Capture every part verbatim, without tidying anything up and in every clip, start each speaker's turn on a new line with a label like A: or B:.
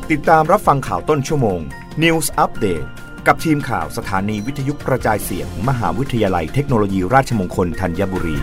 A: ติดตามรับฟังข่าวต้นชั่วโมง News Update กับทีมข่าวสถานีวิทยุกระจายเสียง มหาวิทยาลัยเทคโนโลยีราชมงคลธัญบุรี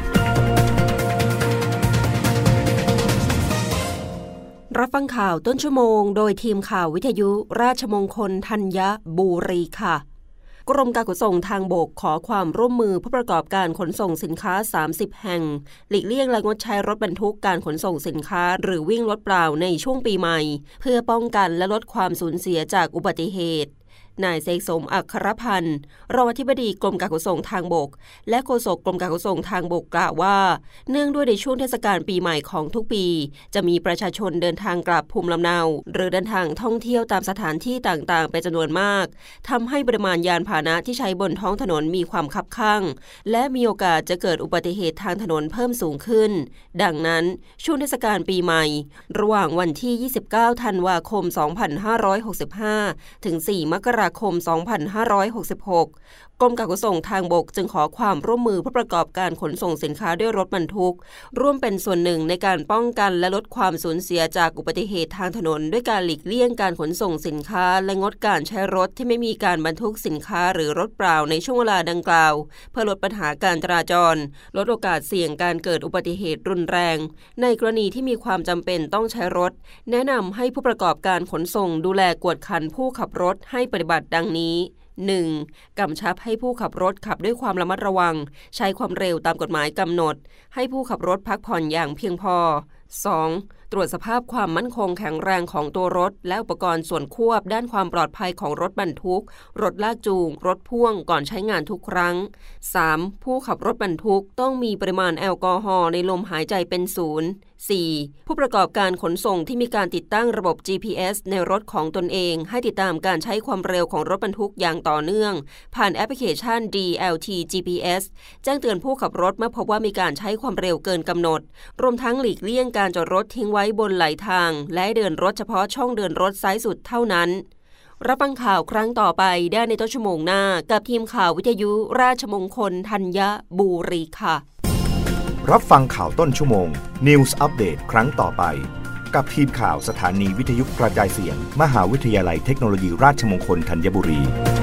B: รับฟังข่าวต้นชั่วโมงโดยทีมข่าววิทยุราชมงคลธัญบุรีค่ะกรมการขนส่งทางบกขอความร่วมมือผู้ประกอบการขนส่งสินค้าสามสิบแห่งหลีกเลี่ยงและงดใช้รถบรรทุกการขนส่งสินค้าหรือวิ่งรถเปล่าในช่วงปีใหม่เพื่อป้องกันและลดความสูญเสียจากอุบัติเหตุนายเสกสมอัครพันธ์รองอธิบดีกรมการขนส่งทางบกและโฆษกกรมการขนส่งทางบกกล่าวว่าเนื่องด้วยในช่วงเทศกาลปีใหม่ของทุกปีจะมีประชาชนเดินทางกลับภูมิลำเนาหรือเดินทางท่องเที่ยวตามสถานที่ต่างๆเป็นจำนวนมากทำให้ปริมาณยานพาหนะที่ใช้บนท้องถนนมีความคับคั่งและมีโอกาสจะเกิดอุบัติเหตุทางถนนเพิ่มสูงขึ้นดังนั้นช่วงเทศกาลปีใหม่ระหว่างวันที่ยี่สิบเก้าธันวาคมสองพันห้าร้อยหกสิบห้าถึงสี่มกราคมสองพันห้าร้อยหกสิบหกกรมการขนส่งทางบกจึงขอความร่วมมือผู้ประกอบการขนส่งสินค้าด้วยรถบรรทุกร่วมเป็นส่วนหนึ่งในการป้องกันและลดความสูญเสียจากอุบัติเหตุทางถนนด้วยการหลีกเลี่ยงการขนส่งสินค้าและงดการใช้รถที่ไม่มีการบรรทุกสินค้าหรือรถเปล่าในช่วงเวลาดังกล่าวเพื่อลดปัญหาการจราจรลดโอกาสเสี่ยงการเกิดอุบัติเหตุรุนแรงในกรณีที่มีความจำเป็นต้องใช้รถแนะนำให้ผู้ประกอบการขนส่งดูแลกวดขันผู้ขับรถให้ปฏิบัติดังนี้หนึ่ง กำชับให้ผู้ขับรถขับด้วยความระมัดระวังใช้ความเร็วตามกฎหมายกำหนดให้ผู้ขับรถพักผ่อนอย่างเพียงพอ สอง ตรวจสภาพความมั่นคงแข็งแรงของตัวรถและอุปกรณ์ส่วนควบด้านความปลอดภัยของรถบรรทุกรถลากจูงรถพ่วงก่อนใช้งานทุกครั้ง สาม ผู้ขับรถบรรทุกต้องมีปริมาณแอลกอฮอล์ในลมหายใจเป็นศูนย์ สี่ ผู้ประกอบการขนส่งที่มีการติดตั้งระบบ จี พี เอส ในรถของตนเองให้ติดตามการใช้ความเร็วของรถบรรทุกอย่างต่อเนื่องผ่านแอปพลิเคชัน ดี แอล ที จี พี เอส แจ้งเตือนผู้ขับรถเมื่อพบว่ามีการใช้ความเร็วเกินกำหนดรวมทั้งหลีกเลี่ยงการจอดรถทิ้งไว้บนไหลทางและเดินรถเฉพาะช่องเดินรถซ้ายสุดเท่านั้นรับฟังข่าวครั้งต่อไปได้ในต้นชั่วโมงหน้ากับทีมข่าววิทยุราชมงคลธัญบุรีค่ะ
A: รับฟังข่าวต้นชั่วโมง News Update ครั้งต่อไปกับทีมข่าวสถานีวิทยุกระจายเสียง มหาวิทยาลัยเทคโนโลยีราชมงคลธัญบุรี